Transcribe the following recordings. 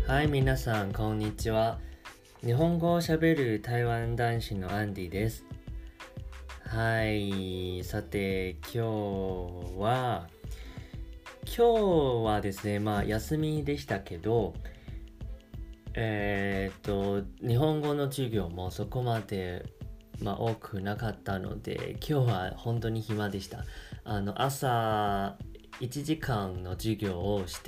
はい、皆さん、こんにちは。日本語をしゃべる台湾男子のアンディです。はい、さて、今日はですね、休みでしたけど、日本語の授業もそこまで、多くなかったので、今日は本当に暇でした。朝1時間の授業をして、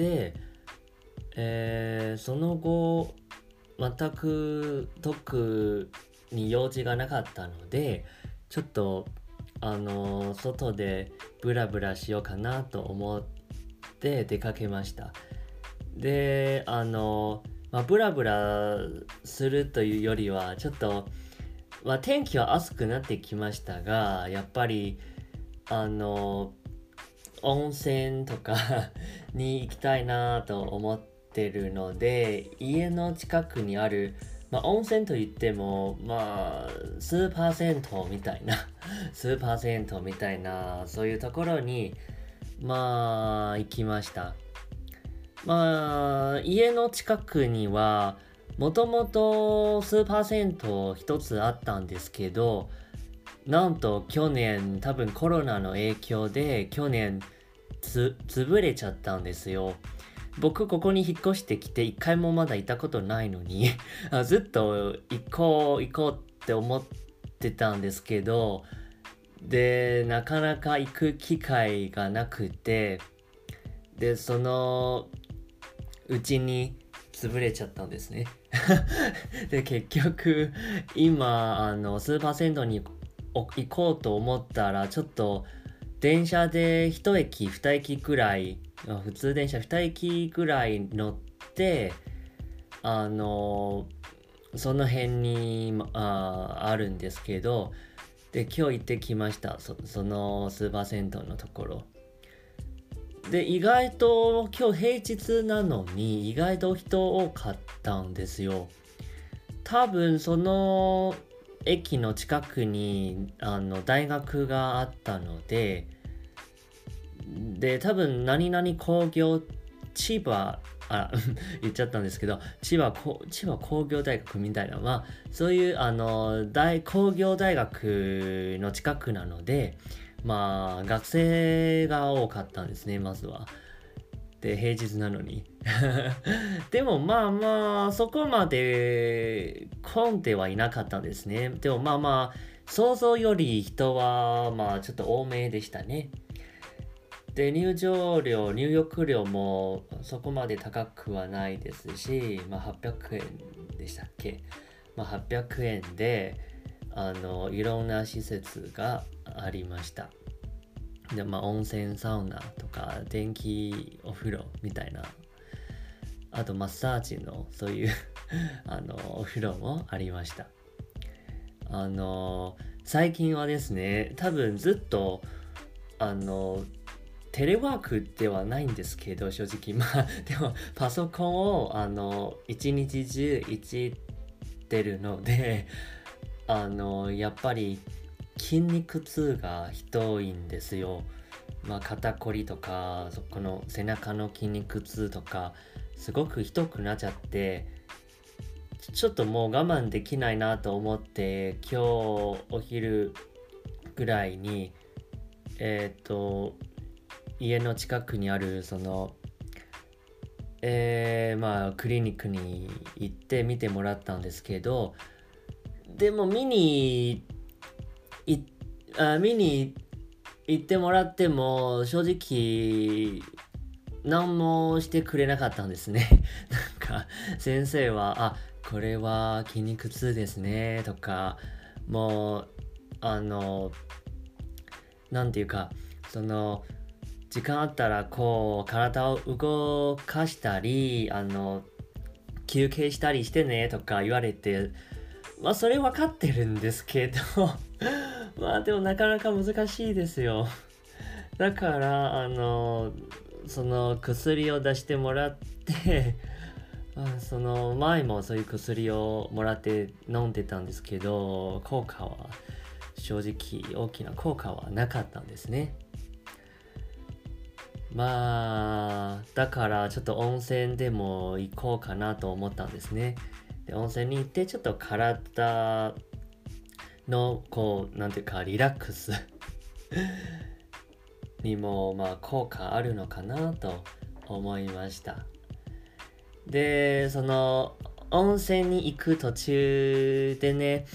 その後、全く特に用事がなかったので、ちょっと、外でブラブラしようかなと思って出かけました。で、ブラブラするというよりは、ちょっと、天気は暑くなってきましたが、やっぱり、温泉とかに行きたいなと思ってるので、家の近くにある、温泉といっても、数パーセントみたいな、数パーセントみたいな、そういうところに、行きました。家の近くには、もともと数パーセント一つあったんですけど、なんと去年、多分コロナの影響で、去年、潰れちゃったんですよ。僕ここに引っ越してきて一回もまだ行ったことないのにずっと行こうって思ってたんですけど、でなかなか行く機会がなくて、でそのうちに潰れちゃったんですねで結局今数パーセントに行こうと思ったら、ちょっと電車で1駅2駅くらい、普通電車2駅くらい乗って、その辺にあるんですけど、で今日行ってきました。そのスーパー銭湯のところで、意外と今日平日なのに意外と人多かったんですよ。多分その駅の近くに大学があったので、多分何々工業千葉言っちゃったんですけど、千葉工業大学みたいな、そういう工業大学の近くなので、学生が多かったんですね、まずは。で平日なのにでもそこまで混んではいなかったんですね。でも想像より人はちょっと多めでしたね。で入浴料もそこまで高くはないですし、800円でしたっけ。800円でいろんな施設がありました。で温泉サウナとか電気お風呂みたいな、あとマッサージのそういうお風呂もありました。最近はですね、多分ずっとテレワークではないんですけど、正直でもパソコンを一日中いじってるので、やっぱり筋肉痛がひどいんですよ。肩こりとか、この背中の筋肉痛とかすごくひどくなっちゃって、ちょっともう我慢できないなと思って、今日お昼ぐらいに家の近くにあるそのクリニックに行って見てもらったんですけど、でも見に行ってもらっても正直何もしてくれなかったんですねなんか先生はこれは筋肉痛ですねとか、もうなんていうか、その時間あったらこう体を動かしたり休憩したりしてねとか言われて、それ分かってるんですけどでもなかなか難しいですよ。だからその薬を出してもらってその前もそういう薬をもらって飲んでたんですけど、正直大きな効果はなかったんですね。 だからちょっと温泉でも行こうかなと思ったんですね。で、温泉に行ってちょっと体のなんていうかリラックスにも効果あるのかなと思いました。で、その温泉に行く途中でね、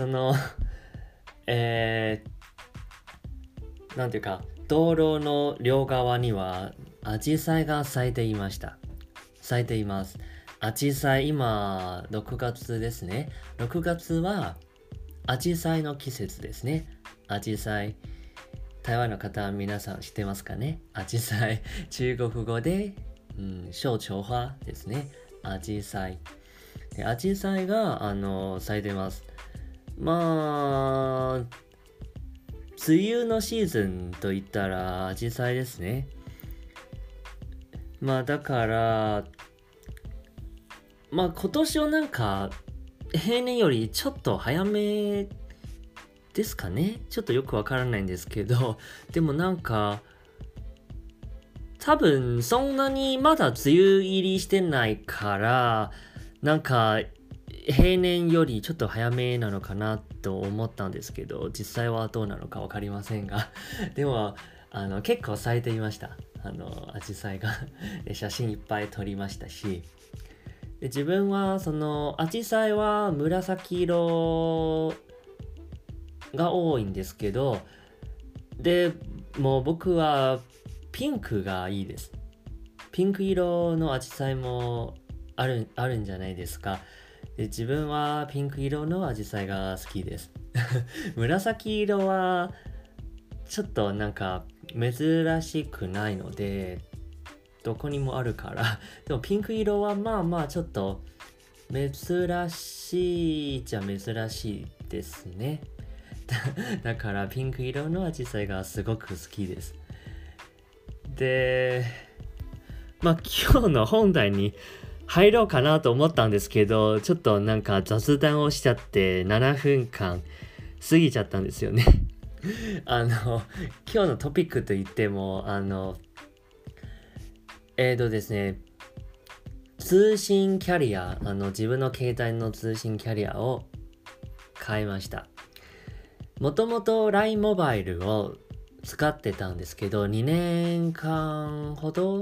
なんていうか道路の両側にはアジサイが咲いていました。咲いています。アジサイ、今6月ですね。6月はアジサイの季節ですね。アジサイ。台湾の方は皆さん知ってますかね。アジサイ。中国語で、小球花ですね。アジサイ。アジサイが、咲いてます。梅雨のシーズンといったらアジサイですね。だから、今年はなんか、平年よりちょっと早めですかね。ちょっとよくわからないんですけど、でもなんか、多分そんなにまだ梅雨入りしてないから、なんか、平年よりちょっと早めなのかなと思ったんですけど、実際はどうなのかわかりませんが、でも、結構咲いていました。アジサイが写真いっぱい撮りましたし、で自分はそのアジサイは紫色が多いんですけど、でもう僕はピンクがいいです。ピンク色のアジサイもあるんじゃないですか。で自分はピンク色のアジサイが好きです紫色はちょっとなんか珍しくないので、どこにもあるからでもピンク色はちょっと珍しいじゃ珍しいですねだからピンク色のアジサイがすごく好きです。で、今日の本題に入ろうかなと思ったんですけど、ちょっとなんか雑談をしちゃって7分間過ぎちゃったんですよね今日のトピックといってもですね、通信キャリア、自分の携帯の通信キャリアを変えました。もともと LINE モバイルを使ってたんですけど、2年間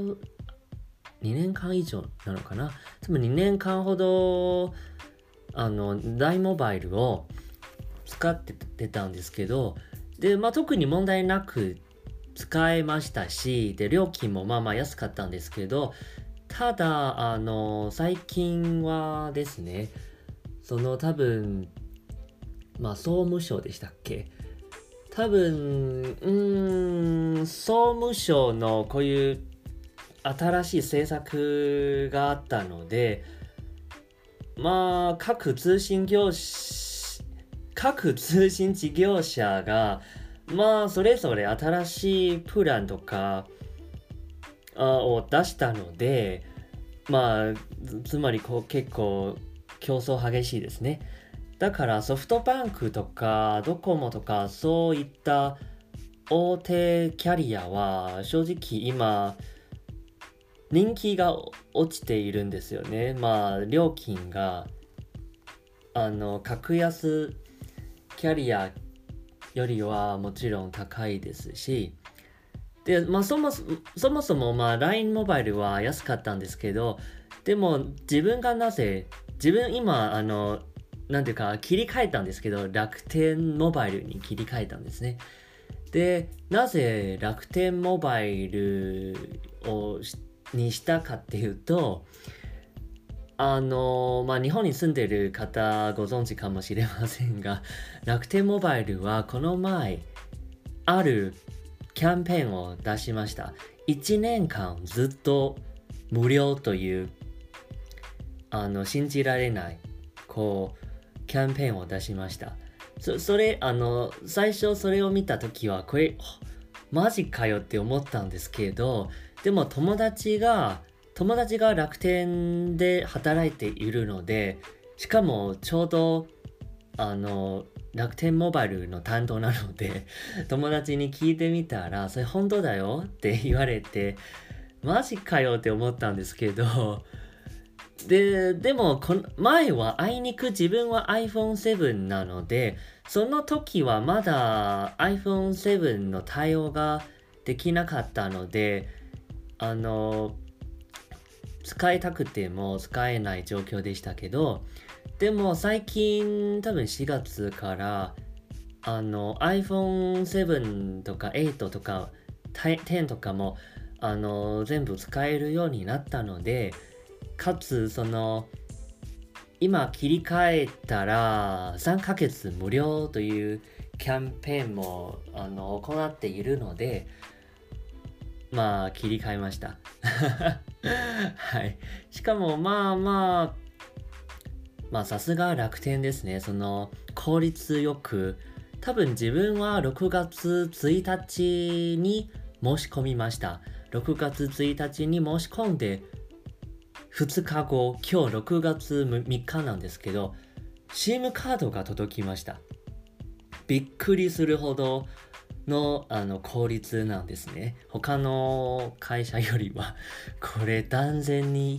以上なのかな、多分2年間ほどLINE モバイルを使ってたんですけど、で特に問題なく使えましたし、で料金も安かったんですけど、ただ最近はですね、多分総務省でしたっけ、多分総務省のこういう新しい政策があったので、各通信事業者がそれぞれ新しいプランとかを出したので、つまり結構競争激しいですね。だからソフトバンクとかドコモとかそういった大手キャリアは正直今人気が落ちているんですよね。料金が格安キャリアよりはもちろん高いですし、でそもそもLINE モバイルは安かったんですけど、でも自分今なんていうか切り替えたんですけど、楽天モバイルに切り替えたんですね。でなぜ楽天モバイルにしたかっていうと、日本に住んでる方ご存知かもしれませんが、楽天モバイルはこの前あるキャンペーンを出しました。1年間ずっと無料という信じられないキャンペーンを出しました。それ最初それを見た時はこれマジかよって思ったんですけど、でも友達が楽天で働いているので、しかもちょうど楽天モバイルの担当なので、友達に聞いてみたら、それ本当だよって言われて、マジかよって思ったんですけど、でも前はあいにく自分は iPhone7 なので、その時はまだ iPhone7 の対応ができなかったので、使いたくても使えない状況でしたけど、でも最近多分4月からiPhone7 とか8とか10とかも全部使えるようになったので、かつ今切り替えたら3ヶ月無料というキャンペーンも行っているので、まあ切り替えましたはい。しかもまあさすが楽天ですね。効率よく、多分自分は6月1日に申し込みました。6月1日に申し込んで2日後、今日6月3日なんですけど、SIM カードが届きました。びっくりするほどの効率なんですね。他の会社よりはこれ断然に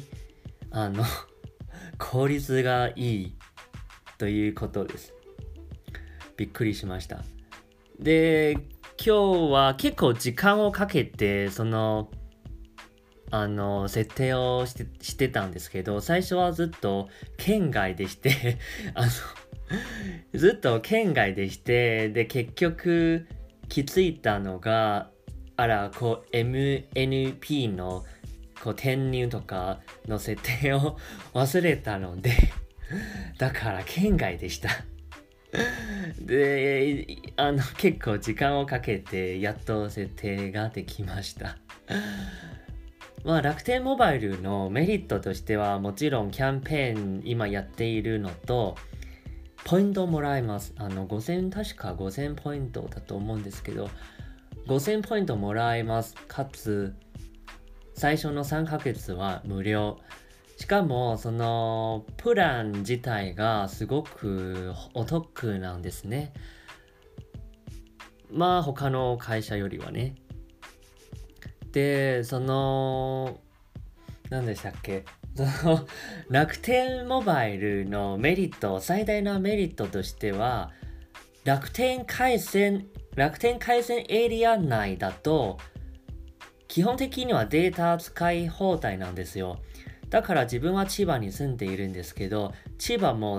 効率がいいということです。びっくりしました。で、今日は結構時間をかけて設定をしてたんですけど、最初はずっと県外でしてずっと県外でして、で結局気づいたのがMNP の転入とかの設定を忘れたのでだから県外でしたで結構時間をかけてやっと設定ができましたまあ楽天モバイルのメリットとしては、もちろんキャンペーン今やっているのと、ポイントもらえます。確か5000ポイントだと思うんですけど、5000ポイントもらえます。かつ最初の3ヶ月は無料。しかもプラン自体がすごくお得なんですね。まあ他の会社よりはね。で、何でしたっけ、楽天モバイルのメリット、最大のメリットとしては、楽天回線エリア内だと、基本的にはデータ使い放題なんですよ。だから自分は千葉に住んでいるんですけど、千葉も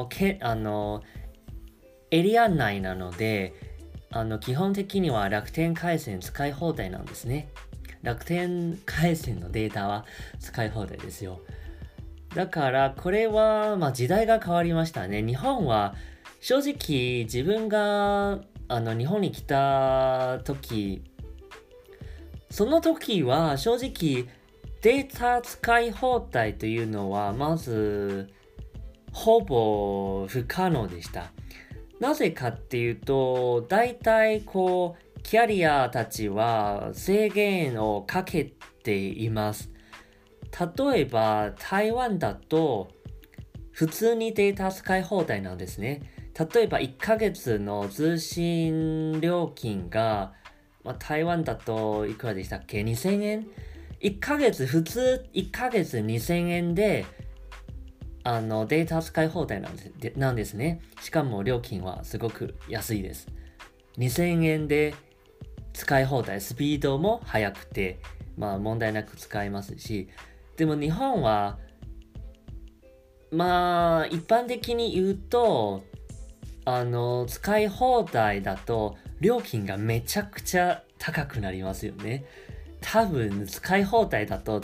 エリア内なので、基本的には楽天回線使い放題なんですね。楽天回線のデータは使い放題ですよ。だからこれは時代が変わりましたね。日本は正直自分が日本に来た時、その時は正直データ使い放題というのはまずほぼ不可能でした。なぜかっていうと、大体キャリアたちは制限をかけています。例えば台湾だと普通にデータ使い放題なんですね。例えば1ヶ月の通信料金が、台湾だといくらでしたっけ ?2000 円 ?1 ヶ月普通1ヶ月2000円でデータ使い放題なんですね。しかも料金はすごく安いです。2000円で使い放題、スピードも速くて、問題なく使えますし、でも日本は一般的に言うと使い放題だと料金がめちゃくちゃ高くなりますよね。多分使い放題だと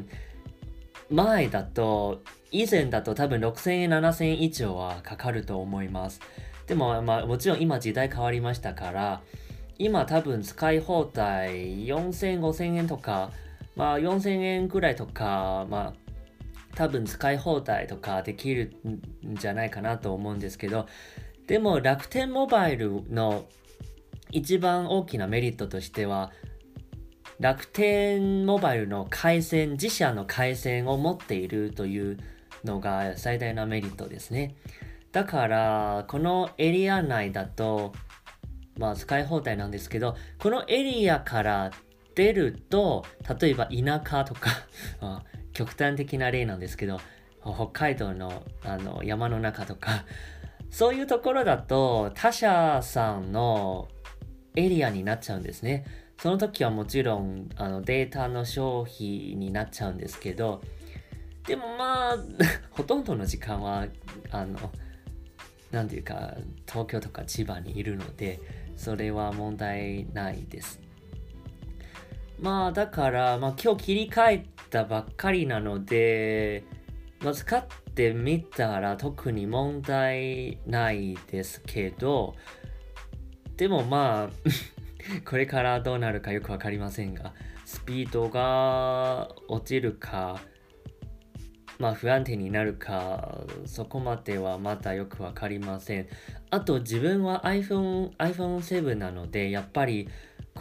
以前だと多分6000円7000円以上はかかると思います。でももちろん今時代変わりましたから、今多分使い放題4000、5000円とか、4000円くらいとか、多分使い放題とかできるんじゃないかなと思うんですけど、でも楽天モバイルの一番大きなメリットとしては、楽天モバイルの自社の回線を持っているというのが最大のメリットですね。 だからこのエリア内だと使い放題なんですけど、このエリアから出ると、例えば田舎とか極端的な例なんですけど、北海道の、山の中とか、そういうところだと他社さんのエリアになっちゃうんですね。その時はもちろんデータの消費になっちゃうんですけど、でもほとんどの時間はなんていうか東京とか千葉にいるので、それは問題ないです。だから、今日切り替えたばっかりなので、使ってみたら特に問題ないですけど、でもこれからどうなるかよくわかりませんが、スピードが落ちるか、不安定になるか、そこまではまだよくわかりません。あと自分は iPhone7 なので、やっぱり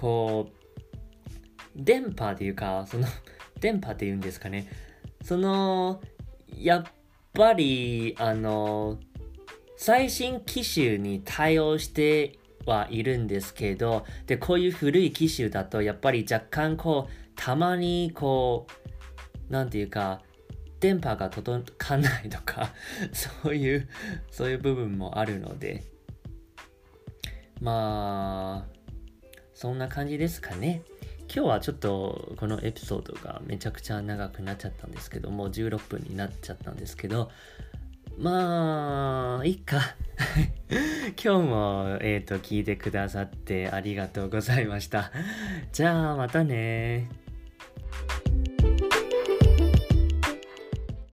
電波っていうか、電波っていうんですかね。やっぱり、最新機種に対応してはいるんですけど、で、こういう古い機種だと、やっぱり若干たまになんていうか、電波が届かないとか、そういう部分もあるので、そんな感じですかね。今日はちょっとこのエピソードがめちゃくちゃ長くなっちゃったんですけども、16分になっちゃったんですけど、いいか。今日も、聞いてくださってありがとうございました。じゃあまたね。